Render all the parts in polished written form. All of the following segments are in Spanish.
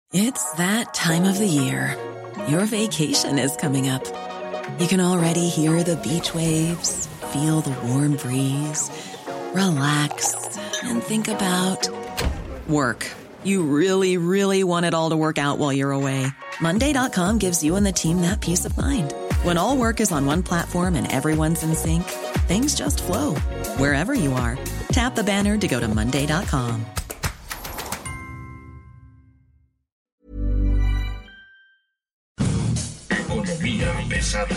It's that time of the year. Your vacation is coming up. You can already hear the beach waves, feel the warm breeze, relax, and think about work. You really, really want it all to work out while you're away. Monday.com gives you and the team that peace of mind. When all work is on one platform and everyone's in sync, things just flow. Wherever you are, tap the banner to go to Monday.com. Economía pesada.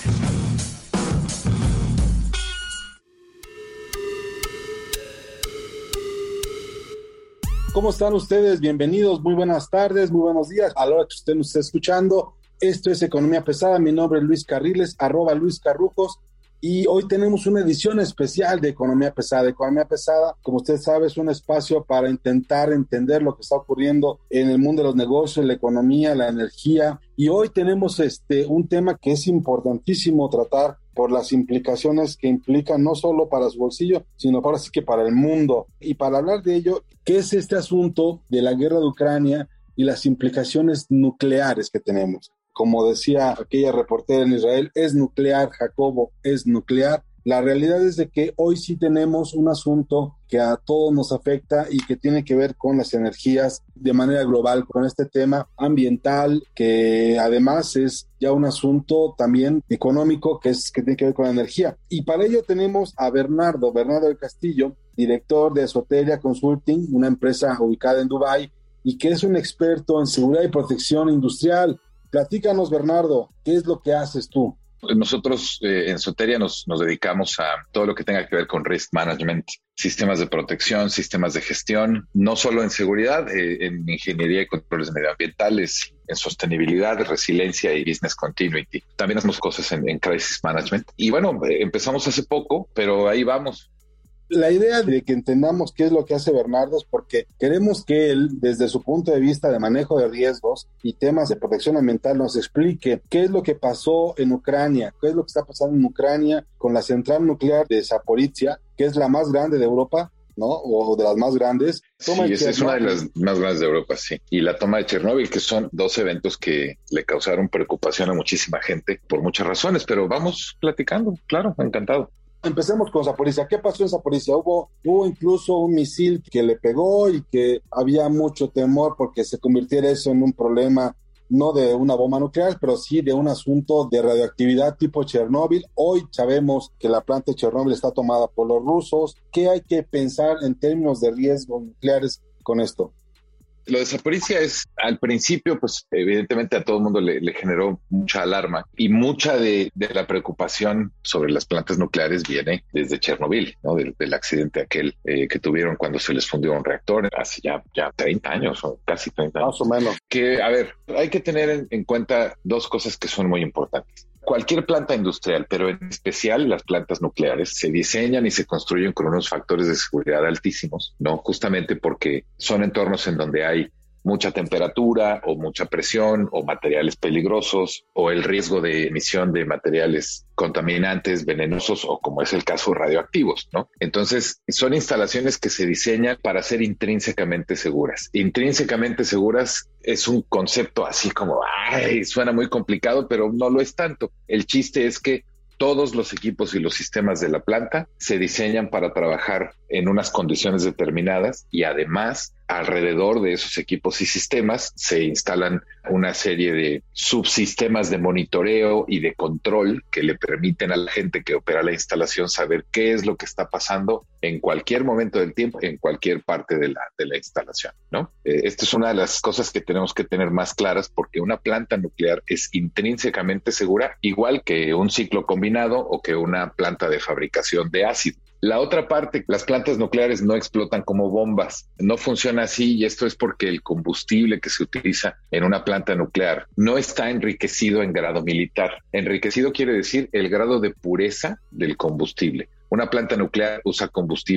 ¿Cómo están ustedes? Bienvenidos, muy buenas tardes, muy buenos días. A la hora que usted nos esté escuchando, esto es Economía Pesada. Mi nombre es Luis Carriles, @LuisCarrujos. Y hoy tenemos una edición especial de Economía Pesada. Economía Pesada, como usted sabe, es un espacio para intentar entender lo que está ocurriendo en el mundo de los negocios, la economía, la energía. Y hoy tenemos un tema que es importantísimo tratar por las implicaciones que implican no solo para su bolsillo, sino ahora sí que para el mundo. Y para hablar de ello, ¿qué es este asunto de la guerra de Ucrania y las implicaciones nucleares que tenemos? Como decía aquella reportera en Israel, es nuclear, Jacobo, es nuclear. La realidad es de que hoy sí tenemos un asunto que a todos nos afecta y que tiene que ver con las energías de manera global, con este tema ambiental, que además es ya un asunto también económico que tiene que ver con la energía. Y para ello tenemos a Bernardo del Castillo, director de Esoteria Consulting, una empresa ubicada en Dubái y que es un experto en seguridad y protección industrial. Platícanos, Bernardo, ¿qué es lo que haces tú? Nosotros en Soteria nos dedicamos a todo lo que tenga que ver con risk management, sistemas de protección, sistemas de gestión, no solo en seguridad, en ingeniería y controles medioambientales, en sostenibilidad, resiliencia y business continuity. También hacemos cosas en crisis management. Y bueno, empezamos hace poco, pero ahí vamos. La idea de que entendamos qué es lo que hace Bernardo es porque queremos que él, desde su punto de vista de manejo de riesgos y temas de protección ambiental, nos explique qué es lo que pasó en Ucrania, qué es lo que está pasando en Ucrania con la central nuclear de Zaporizhia, que es la más grande de Europa, ¿no? O de las más grandes. Sí, esa es una de las más grandes de Europa, sí. Y la toma de Chernóbil, que son dos eventos que le causaron preocupación a muchísima gente por muchas razones, pero vamos platicando, claro, encantado. Empecemos con Zaporizhia. ¿Qué pasó en Zaporizhia? Hubo incluso un misil que le pegó y que había mucho temor porque se convirtiera eso en un problema, no de una bomba nuclear, pero sí de un asunto de radioactividad tipo Chernóbil. Hoy sabemos que la planta de Chernóbil está tomada por los rusos. ¿Qué hay que pensar en términos de riesgos nucleares con esto? Lo de Zaporizhia es, al principio, pues evidentemente a todo el mundo le generó mucha alarma y mucha de la preocupación sobre las plantas nucleares viene desde Chernobyl, ¿no? Del accidente aquel que tuvieron cuando se les fundió un reactor hace ya 30 años o casi 30 años. Más o menos. Que, a ver, hay que tener en cuenta dos cosas que son muy importantes. Cualquier planta industrial, pero en especial las plantas nucleares, se diseñan y se construyen con unos factores de seguridad altísimos, ¿no? Justamente porque son entornos en donde hay mucha temperatura o mucha presión o materiales peligrosos o el riesgo de emisión de materiales contaminantes, venenosos o, como es el caso, radioactivos, ¿no? Entonces, son instalaciones que se diseñan para ser intrínsecamente seguras. Intrínsecamente seguras es un concepto así como, suena muy complicado, pero no lo es tanto. El chiste es que todos los equipos y los sistemas de la planta se diseñan para trabajar en unas condiciones determinadas y además alrededor de esos equipos y sistemas se instalan una serie de subsistemas de monitoreo y de control que le permiten a la gente que opera la instalación saber qué es lo que está pasando en cualquier momento del tiempo, en cualquier parte de la instalación, ¿no? Esta es una de las cosas que tenemos que tener más claras porque una planta nuclear es intrínsecamente segura, igual que un ciclo combinado o que una planta de fabricación de ácido. La otra parte, las plantas nucleares no explotan como bombas. No funciona así y esto es porque el combustible que se utiliza en una planta nuclear no está enriquecido en grado militar. Enriquecido quiere decir el grado de pureza del combustible. Una planta nuclear usa combustible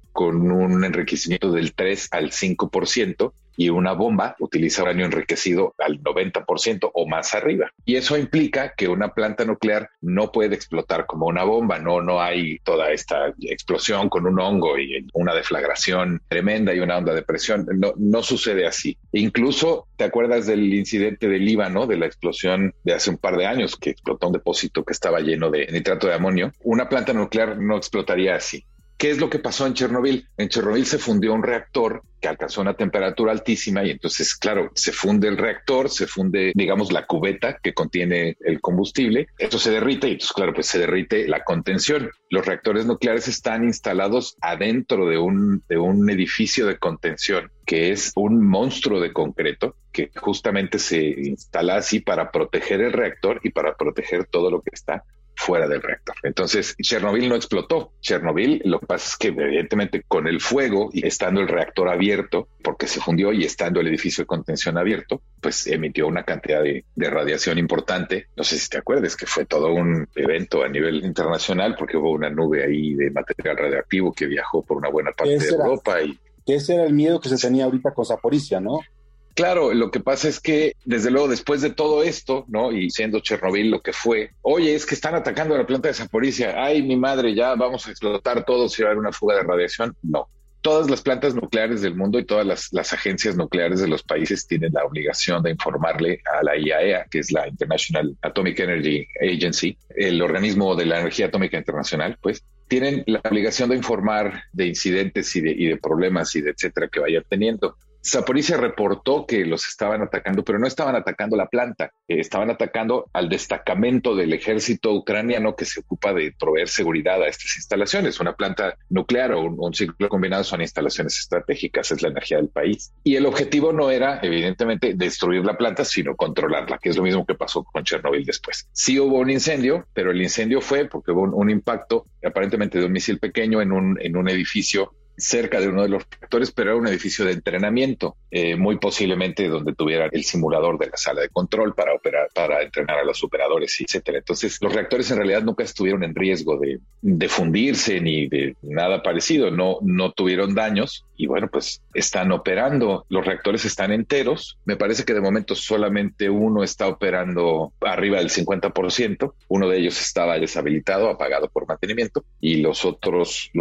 con un enriquecimiento del 3 al 5%, y una bomba utiliza uranio enriquecido al 90% o más arriba. Y eso implica que una planta nuclear no puede explotar como una bomba, no hay toda esta explosión con un hongo y una deflagración tremenda y una onda de presión. No sucede así. Incluso, ¿te acuerdas del incidente del Líbano, de la explosión de hace un par de años que explotó un depósito que estaba lleno de nitrato de amonio? Una planta nuclear no explotaría así. ¿Qué es lo que pasó en Chernobyl? En Chernobyl se fundió un reactor que alcanzó una temperatura altísima y entonces, claro, se funde el reactor, se funde, digamos, la cubeta que contiene el combustible. Esto se derrite y entonces, claro, pues se derrite la contención. Los reactores nucleares están instalados adentro de un edificio de contención que es un monstruo de concreto que justamente se instala así para proteger el reactor y para proteger todo lo que está fuera del reactor. Entonces, Chernobyl no explotó. Chernobyl, lo que pasa es que evidentemente con el fuego y estando el reactor abierto, porque se fundió y estando el edificio de contención abierto, pues emitió una cantidad de radiación importante. No sé si te acuerdas que fue todo un evento a nivel internacional porque hubo una nube ahí de material radioactivo que viajó por una buena parte de Europa. Que ese era el miedo que se tenía ahorita con Zaporizhia, ¿no? Claro, lo que pasa es que, desde luego, después de todo esto, ¿no? Y siendo Chernobyl lo que fue, oye, es que están atacando a la planta de Zaporizhia, ay, mi madre, ya vamos a explotar todo si va a haber una fuga de radiación. No. Todas las plantas nucleares del mundo y todas las agencias nucleares de los países tienen la obligación de informarle a la IAEA, que es la International Atomic Energy Agency, el organismo de la energía atómica internacional, pues, tienen la obligación de informar de incidentes y de problemas y de etcétera que vayan teniendo. Zaporizhia reportó que los estaban atacando, pero no estaban atacando la planta, estaban atacando al destacamento del ejército ucraniano que se ocupa de proveer seguridad a estas instalaciones. Una planta nuclear o un ciclo combinado son instalaciones estratégicas, es la energía del país. Y el objetivo no era, evidentemente, destruir la planta, sino controlarla, que es lo mismo que pasó con Chernobyl después. Sí hubo un incendio, pero el incendio fue porque hubo un impacto, aparentemente de un misil pequeño en un edificio cerca de uno de los reactores, pero era un edificio de entrenamiento, muy posiblemente donde tuviera el simulador de la sala de control para operar, para entrenar a los operadores, etcétera. Entonces, los reactores en realidad nunca estuvieron en riesgo de fundirse ni de nada parecido, no tuvieron daños y bueno, pues están operando. Los reactores están enteros. Me parece que de momento solamente uno está operando arriba del 50%. Uno de ellos estaba deshabilitado, apagado por mantenimiento, y los otros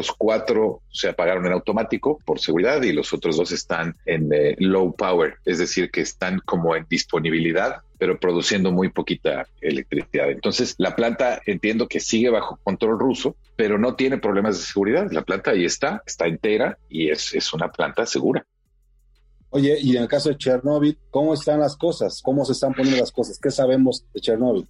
4 se apagaron en automático por seguridad y los otros 2 están en low power, es decir, que están como en disponibilidad, pero produciendo muy poquita electricidad. Entonces, la planta entiendo que sigue bajo control ruso, pero no tiene problemas de seguridad. La planta ahí está entera y es una planta segura. Oye, y en el caso de Chernobyl, ¿cómo están las cosas? ¿Cómo se están poniendo las cosas? ¿Qué sabemos de Chernobyl?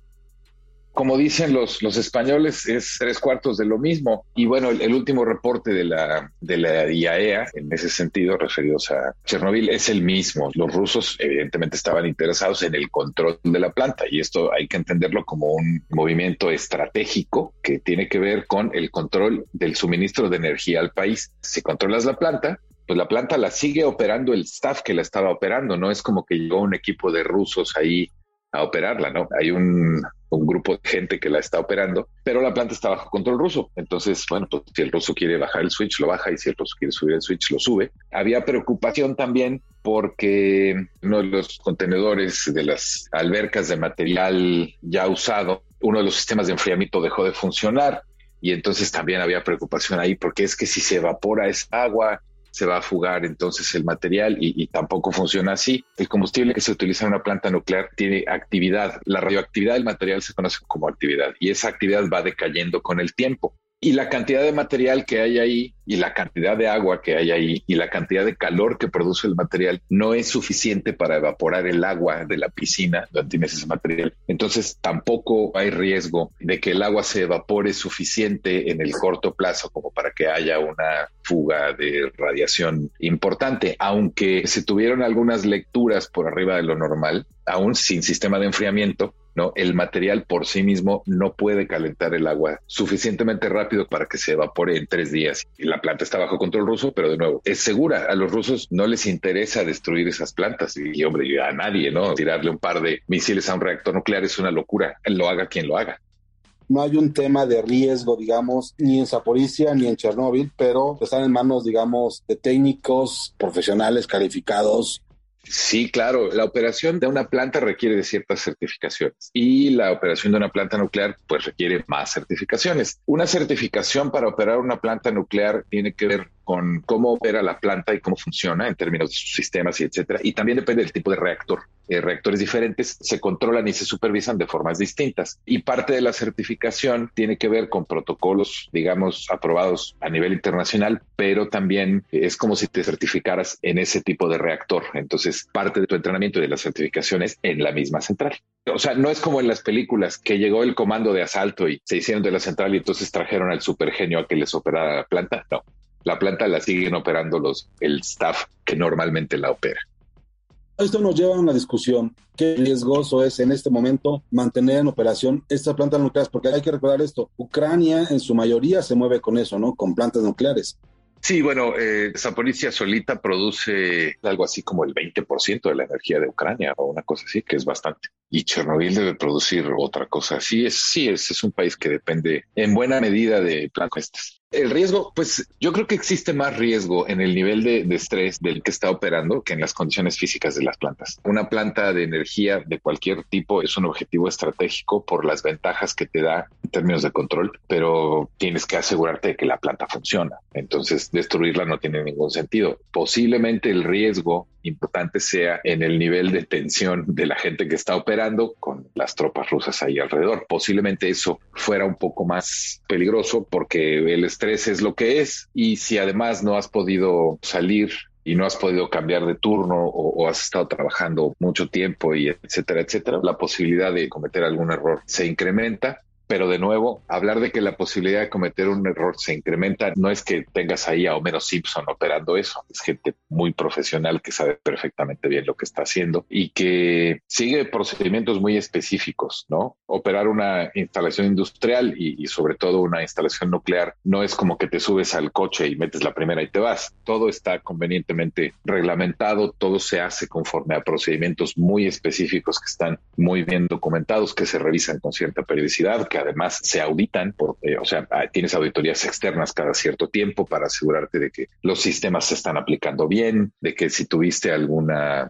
Como dicen los españoles, es 3/4 de lo mismo. Y bueno, el último reporte de la IAEA, en ese sentido, referidos a Chernobyl, es el mismo. Los rusos evidentemente estaban interesados en el control de la planta y esto hay que entenderlo como un movimiento estratégico que tiene que ver con el control del suministro de energía al país. Si controlas la planta, pues la planta la sigue operando el staff que la estaba operando. No es como que llegó un equipo de rusos ahí a operarla, ¿no? Hay un grupo de gente que la está operando, pero la planta está bajo control ruso. Entonces, bueno, pues si el ruso quiere bajar el switch, lo baja, y si el ruso quiere subir el switch, lo sube. Había preocupación también porque uno de los contenedores de las albercas de material ya usado, uno de los sistemas de enfriamiento dejó de funcionar y entonces también había preocupación ahí porque es que si se evapora esa agua, se va a fugar entonces el material y tampoco funciona así. El combustible que se utiliza en una planta nuclear tiene actividad. La radioactividad del material se conoce como actividad y esa actividad va decayendo con el tiempo. Y la cantidad de material que hay ahí y la cantidad de agua que hay ahí y la cantidad de calor que produce el material no es suficiente para evaporar el agua de la piscina donde tienes ese material. Entonces tampoco hay riesgo de que el agua se evapore suficiente en el corto plazo como para que haya una fuga de radiación importante, aunque se tuvieron algunas lecturas por arriba de lo normal, aún sin sistema de enfriamiento, ¿no? El material por sí mismo no puede calentar el agua suficientemente rápido para que se evapore en 3 días. Y la planta está bajo control ruso, pero de nuevo, es segura. A los rusos no les interesa destruir esas plantas. Y hombre, a nadie, ¿no? Tirarle un par de misiles a un reactor nuclear es una locura. Lo haga quien lo haga. no hay un tema de riesgo, digamos, ni en Zaporizhia ni en Chernóbil, pero están en manos, digamos, de técnicos profesionales calificados. Sí, claro. La operación de una planta requiere de ciertas certificaciones y la operación de una planta nuclear pues requiere más certificaciones. Una certificación para operar una planta nuclear tiene que ver con cómo opera la planta y cómo funciona en términos de sus sistemas y etcétera. Y también depende del tipo de reactor. Reactores diferentes se controlan y se supervisan de formas distintas. Y parte de la certificación tiene que ver con protocolos, digamos, aprobados a nivel internacional, pero también es como si te certificaras en ese tipo de reactor. Entonces, parte de tu entrenamiento y de las certificaciones en la misma central. O sea, no es como en las películas que llegó el comando de asalto y se hicieron de la central y entonces trajeron al supergenio a que les operara la planta. No. La planta la siguen operando el staff que normalmente la opera. Esto nos lleva a una discusión. ¿Qué riesgoso es en este momento mantener en operación estas plantas nucleares? Porque hay que recordar esto, Ucrania en su mayoría se mueve con eso, ¿no? Con plantas nucleares. Sí, bueno, Zaporizhia solita produce algo así como el 20% de la energía de Ucrania o una cosa así, que es bastante. Y Chernobyl debe producir otra cosa. Es un país que depende en buena medida de plantas. El riesgo, pues yo creo que existe más riesgo en el nivel de estrés del que está operando que en las condiciones físicas de las plantas. Una planta de energía de cualquier tipo es un objetivo estratégico por las ventajas que te da en términos de control, pero tienes que asegurarte de que la planta funciona. Entonces, destruirla no tiene ningún sentido. Posiblemente el riesgo importante sea en el nivel de tensión de la gente que está operando con las tropas rusas ahí alrededor. Posiblemente eso fuera un poco más peligroso porque el estrés es lo que es, y si además no has podido salir y no has podido cambiar de turno o has estado trabajando mucho tiempo y etcétera, la posibilidad de cometer algún error se incrementa. Pero de nuevo, hablar de que la posibilidad de cometer un error se incrementa no es que tengas ahí a Homero Simpson operando eso. Es gente muy profesional que sabe perfectamente bien lo que está haciendo y que sigue procedimientos muy específicos, ¿no? Operar una instalación industrial y sobre todo una instalación nuclear no es como que te subes al coche y metes la primera y te vas. Todo está convenientemente reglamentado, todo se hace conforme a procedimientos muy específicos que están muy bien documentados, que se revisan con cierta periodicidad, que además se auditan, tienes auditorías externas cada cierto tiempo para asegurarte de que los sistemas se están aplicando bien, de que si tuviste algún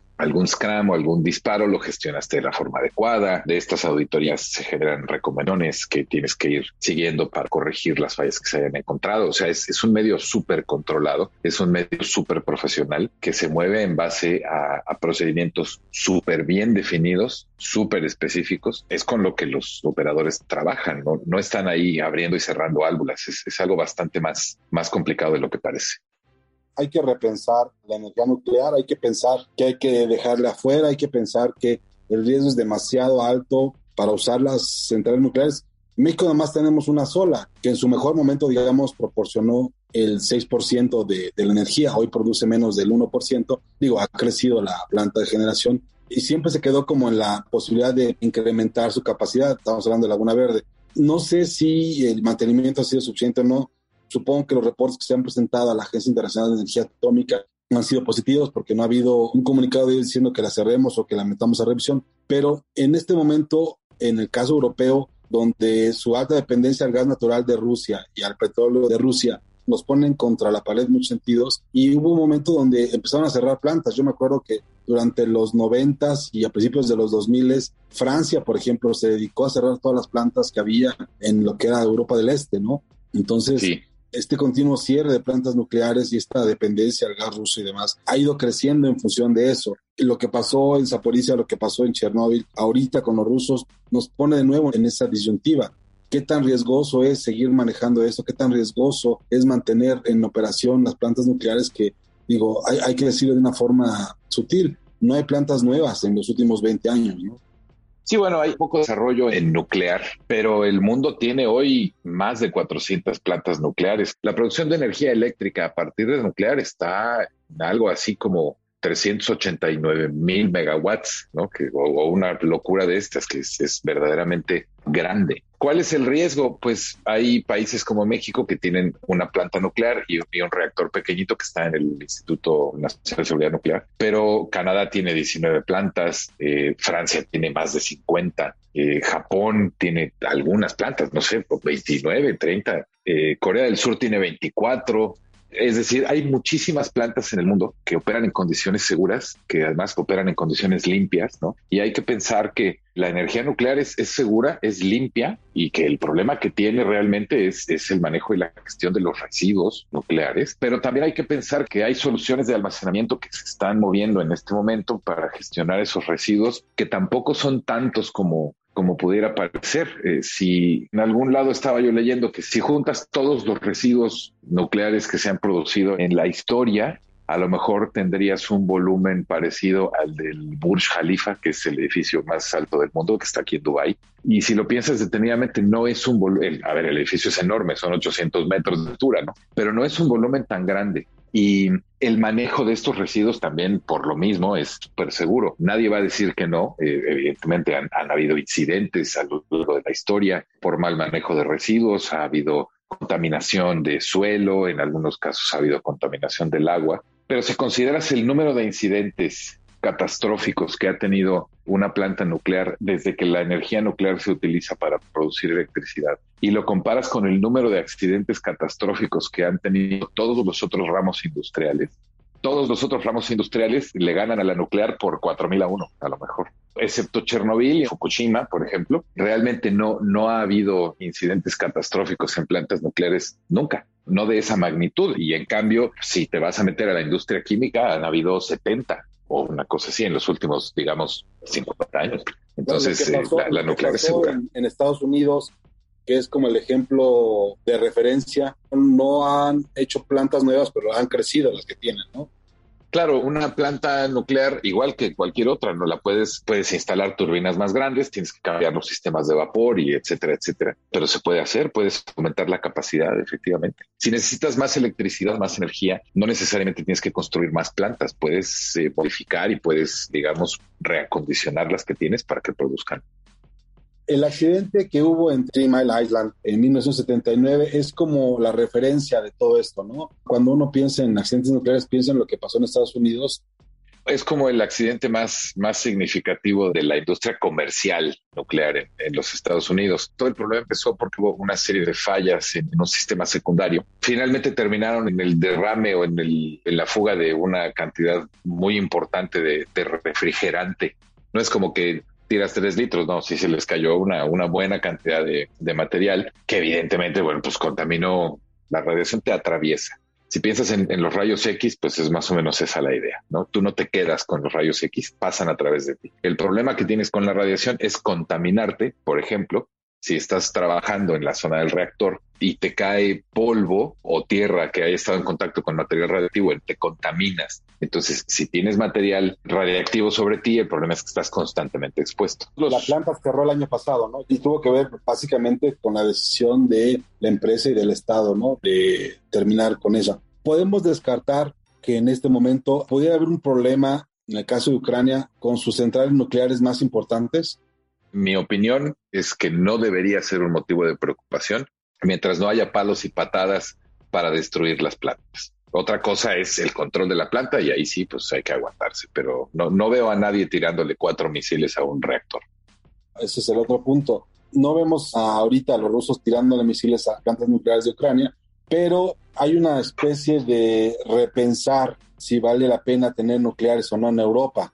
scram o algún disparo lo gestionaste de la forma adecuada. De estas auditorías se generan recomendaciones que tienes que ir siguiendo para corregir las fallas que se hayan encontrado. O sea, es un medio súper controlado, es un medio súper profesional que se mueve en base a procedimientos súper bien definidos, súper específicos. Es con lo que los operadores trabajan, no están ahí abriendo y cerrando válvulas. Es algo bastante más complicado de lo que parece. Hay que repensar la energía nuclear, hay que pensar que hay que dejarla afuera, hay que pensar que el riesgo es demasiado alto para usar las centrales nucleares. En México nada más tenemos una sola, que en su mejor momento, digamos, proporcionó el 6% de la energía. Hoy produce menos del 1%. Ha crecido la planta de generación y siempre se quedó como en la posibilidad de incrementar su capacidad. Estamos hablando de Laguna Verde. No sé si el mantenimiento ha sido suficiente o no. Supongo que los reportes que se han presentado a la Agencia Internacional de Energía Atómica han sido positivos porque no ha habido un comunicado de ellos diciendo que la cerremos o que la metamos a revisión. Pero en este momento, en el caso europeo, donde su alta dependencia al gas natural de Rusia y al petróleo de Rusia nos ponen contra la pared en muchos sentidos, y hubo un momento donde empezaron a cerrar plantas. Yo me acuerdo que durante los 90s y a principios de los 2000s, Francia, por ejemplo, se dedicó a cerrar todas las plantas que había en lo que era Europa del Este, ¿no? Entonces, sí, este continuo cierre de plantas nucleares y esta dependencia al gas ruso y demás ha ido creciendo en función de eso. Lo que pasó en Zaporizhia, lo que pasó en Chernóbil, ahorita con los rusos, nos pone de nuevo en esa disyuntiva. ¿Qué tan riesgoso es seguir manejando eso? ¿Qué tan riesgoso es mantener en operación las plantas nucleares que, hay que decirlo de una forma sutil, no hay plantas nuevas en los últimos 20 años, ¿no? Sí, bueno, hay poco desarrollo en nuclear, pero el mundo tiene hoy más de 400 plantas nucleares. La producción de energía eléctrica a partir de nuclear está en algo así como 389,000 megawatts, ¿no? O una locura de estas que es verdaderamente grande. ¿Cuál es el riesgo? Pues hay países como México que tienen una planta nuclear y un reactor pequeñito que está en el Instituto Nacional de Seguridad Nuclear, pero Canadá tiene 19 plantas, Francia tiene más de 50, Japón tiene algunas plantas, no sé, 29, 30, Corea del Sur tiene 24. Es decir, hay muchísimas plantas en el mundo que operan en condiciones seguras, que además operan en condiciones limpias, ¿no? Y hay que pensar que la energía nuclear es segura, es limpia, y que el problema que tiene realmente es el manejo y la gestión de los residuos nucleares. Pero también hay que pensar que hay soluciones de almacenamiento que se están moviendo en este momento para gestionar esos residuos, que tampoco son tantos como pudiera parecer. Si en algún lado estaba yo leyendo que si juntas todos los residuos nucleares que se han producido en la historia, a lo mejor tendrías un volumen parecido al del Burj Khalifa, que es el edificio más alto del mundo, que está aquí en Dubái. Y si lo piensas detenidamente, no es un volumen, a ver, el edificio es enorme, son 800 metros de altura, ¿no? Pero no es un volumen tan grande. Y el manejo de estos residuos también, por lo mismo, es súper seguro. Nadie va a decir que no. Evidentemente han habido incidentes a lo largo de la historia por mal manejo de residuos, ha habido contaminación de suelo, en algunos casos ha habido contaminación del agua. Pero si consideras el número de incidentes catastróficos que ha tenido una planta nuclear desde que la energía nuclear se utiliza para producir electricidad y lo comparas con el número de accidentes catastróficos que han tenido todos los otros ramos industriales, todos los otros ramos industriales le ganan a la nuclear por 4.000-1, a lo mejor. Excepto Chernobyl y Fukushima, por ejemplo, realmente no ha habido incidentes catastróficos en plantas nucleares nunca, no de esa magnitud. Y en cambio, si te vas a meter a la industria química, han habido 70 o una cosa así en los últimos, digamos, 50 años. Entonces, la nuclear es segura. En Estados Unidos, que es como el ejemplo de referencia, no han hecho plantas nuevas, pero han crecido las que tienen, ¿no? Claro, una planta nuclear, igual que cualquier otra, no la puedes instalar turbinas más grandes, tienes que cambiar los sistemas de vapor y etcétera, etcétera. Pero se puede hacer, puedes aumentar la capacidad, efectivamente. Si necesitas más electricidad, más energía, no necesariamente tienes que construir más plantas, puedes modificar y puedes, digamos, reacondicionar las que tienes para que produzcan. El accidente que hubo en Three Mile Island en 1979 es como la referencia de todo esto, ¿no? Cuando uno piensa en accidentes nucleares, piensa en lo que pasó en Estados Unidos. Es como el accidente más significativo de la industria comercial nuclear en los Estados Unidos. Todo el problema empezó porque hubo una serie de fallas en un sistema secundario. Finalmente terminaron en el derrame o en la fuga de una cantidad muy importante de refrigerante. No es como que tiras 3 litros, no, sí se les cayó una buena cantidad de material que evidentemente, bueno, pues contaminó. La radiación te atraviesa. Si piensas en los rayos X, pues es más o menos esa la idea, ¿no? Tú no te quedas con los rayos X, pasan a través de ti. El problema que tienes con la radiación es contaminarte. Por ejemplo, si estás trabajando en la zona del reactor y te cae polvo o tierra que haya estado en contacto con material radiactivo, te contaminas. Entonces, si tienes material radiactivo sobre ti, el problema es que estás constantemente expuesto. La planta cerró el año pasado, ¿no? Y tuvo que ver básicamente con la decisión de la empresa y del Estado, ¿no? De terminar con ella. Podemos descartar que en este momento pudiera haber un problema, en el caso de Ucrania, con sus centrales nucleares más importantes. Mi opinión es que no debería ser un motivo de preocupación mientras no haya palos y patadas para destruir las plantas. Otra cosa es el control de la planta y ahí sí, pues hay que aguantarse, pero no veo a nadie tirándole 4 misiles a un reactor. Ese es el otro punto. No vemos ahorita a los rusos tirándole misiles a plantas nucleares de Ucrania, pero hay una especie de repensar si vale la pena tener nucleares o no en Europa.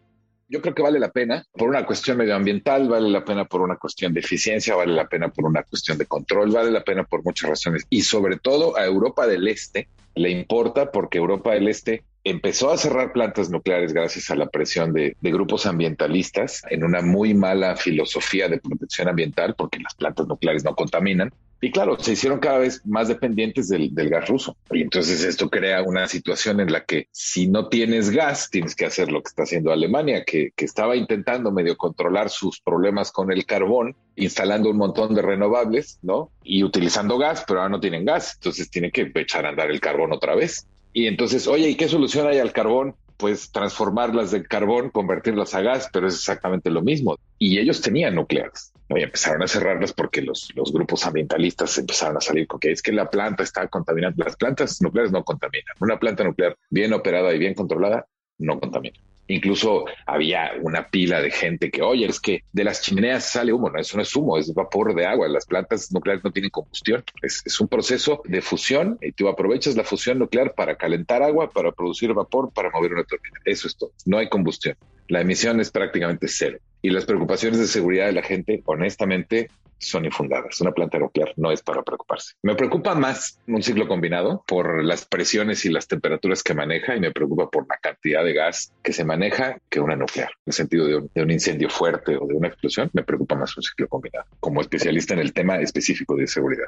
Yo creo que vale la pena por una cuestión medioambiental, vale la pena por una cuestión de eficiencia, vale la pena por una cuestión de control, vale la pena por muchas razones. Y sobre todo a Europa del Este le importa porque Europa del Este empezó a cerrar plantas nucleares gracias a la presión de grupos ambientalistas en una muy mala filosofía de protección ambiental porque las plantas nucleares no contaminan. Y claro, se hicieron cada vez más dependientes del gas ruso. Y entonces esto crea una situación en la que si no tienes gas, tienes que hacer lo que está haciendo Alemania, que estaba intentando medio controlar sus problemas con el carbón, instalando un montón de renovables, ¿no? Y utilizando gas, pero ahora no tienen gas. Entonces tiene que echar a andar el carbón otra vez. Y entonces, oye, ¿y qué solución hay al carbón? Puedes transformarlas de carbón, convertirlas a gas, pero es exactamente lo mismo. Y ellos tenían nucleares, ¿no? Y empezaron a cerrarlas porque los grupos ambientalistas empezaron a salir con que es que la planta está contaminando. Las plantas nucleares no contaminan. Una planta nuclear bien operada y bien controlada no contamina. Incluso había una pila de gente que, oye, es que de las chimeneas sale humo. No, eso no es humo, es vapor de agua. Las plantas nucleares no tienen combustión. Es un proceso de fusión y tú aprovechas la fusión nuclear para calentar agua, para producir vapor, para mover una turbina. Eso es todo. No hay combustión. La emisión es prácticamente cero. Y las preocupaciones de seguridad de la gente, honestamente, son infundadas. Una planta nuclear no es para preocuparse. Me preocupa más un ciclo combinado por las presiones y las temperaturas que maneja, y me preocupa por la cantidad de gas que se maneja que una nuclear. En el sentido de un incendio fuerte o de una explosión, me preocupa más un ciclo combinado, como especialista en el tema específico de seguridad.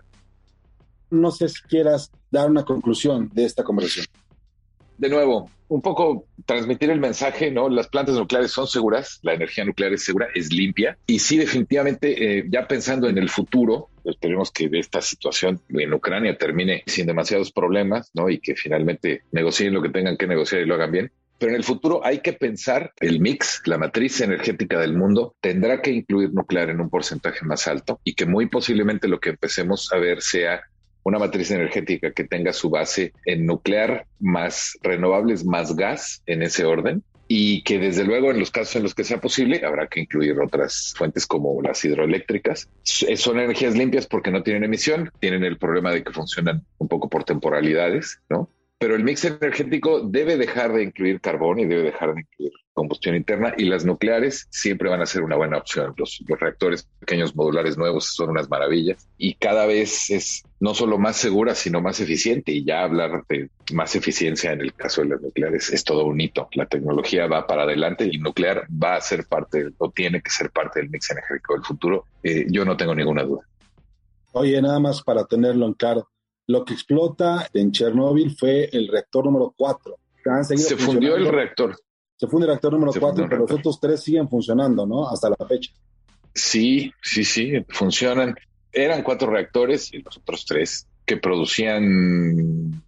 No sé si quieras dar una conclusión de esta conversación. De nuevo, un poco transmitir el mensaje, ¿no? Las plantas nucleares son seguras, la energía nuclear es segura, es limpia. Y sí, definitivamente, ya pensando en el futuro, esperemos que esta situación en Ucrania termine sin demasiados problemas, ¿no? Y que finalmente negocien lo que tengan que negociar y lo hagan bien. Pero en el futuro hay que pensar el mix, la matriz energética del mundo tendrá que incluir nuclear en un porcentaje más alto, y que muy posiblemente lo que empecemos a ver sea una matriz energética que tenga su base en nuclear, más renovables, más gas, en ese orden, y que desde luego en los casos en los que sea posible habrá que incluir otras fuentes como las hidroeléctricas. Son energías limpias porque no tienen emisión, tienen el problema de que funcionan un poco por temporalidades, ¿no? Pero el mix energético debe dejar de incluir carbón y debe dejar de incluir combustión interna, y las nucleares siempre van a ser una buena opción. Los reactores pequeños modulares nuevos son unas maravillas, y cada vez es no solo más segura, sino más eficiente. Y ya hablar de más eficiencia en el caso de las nucleares es todo un hito. La tecnología va para adelante y el nuclear va a ser parte, o tiene que ser parte del mix energético del futuro. Yo no tengo ninguna duda. Oye, nada más para tenerlo en claro, lo que explota en Chernóbil fue el reactor número 4. Se fundió el reactor. Se funde el reactor número 4, pero los otros 3 siguen funcionando, ¿no? Hasta la fecha. Sí, funcionan. Eran 4 reactores y los otros 3 que producían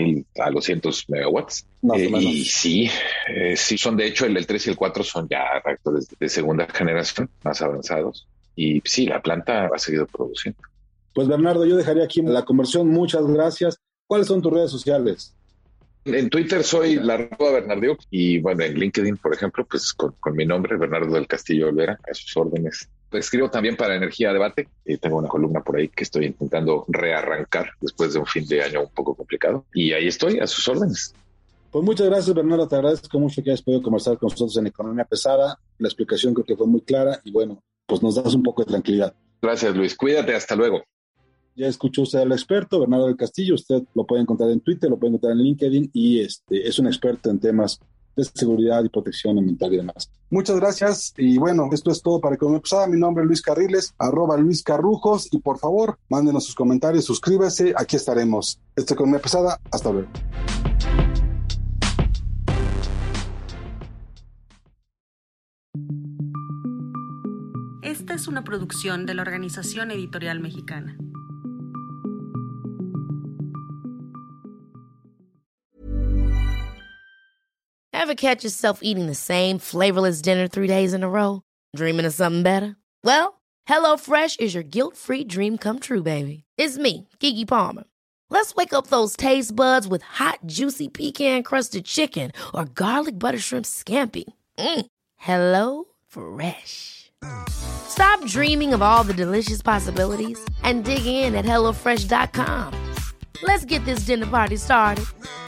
3,200 megawatts. Y sí, son, de hecho, el 3 y el 4 son ya reactores de segunda generación, más avanzados. Y sí, la planta ha seguido produciendo. Pues Bernardo, yo dejaría aquí la conversión. Muchas gracias. ¿Cuáles son tus redes sociales? En Twitter soy @Bernardiuk, y bueno, en LinkedIn, por ejemplo, pues con mi nombre, Bernardo del Castillo Olvera, a sus órdenes. Escribo también para Energía Debate y tengo una columna por ahí que estoy intentando rearrancar después de un fin de año un poco complicado, y ahí estoy a sus órdenes. Pues muchas gracias, Bernardo. Te agradezco mucho que hayas podido conversar con nosotros en Economía Pesada. La explicación creo que fue muy clara y bueno, pues nos das un poco de tranquilidad. Gracias, Luis. Cuídate. Hasta luego. Ya escuchó usted al experto, Bernardo del Castillo. Usted lo puede encontrar en Twitter, lo puede encontrar en LinkedIn, y es un experto en temas de seguridad y protección ambiental y demás. Muchas gracias, y bueno, esto es todo para Economía Pesada. Mi nombre es Luis Carriles, @LuisCarrujos, y por favor, mándenos sus comentarios, suscríbase, aquí estaremos. Esto es Economía Pesada, hasta luego. Esta es una producción de la Organización Editorial Mexicana. Ever catch yourself eating the same flavorless dinner 3 days in a row? Dreaming of something better? Well, HelloFresh is your guilt-free dream come true, baby. It's me, Keke Palmer. Let's wake up those taste buds with hot, juicy pecan-crusted chicken or garlic butter shrimp scampi. Hello Fresh. Stop dreaming of all the delicious possibilities and dig in at HelloFresh.com. Let's get this dinner party started.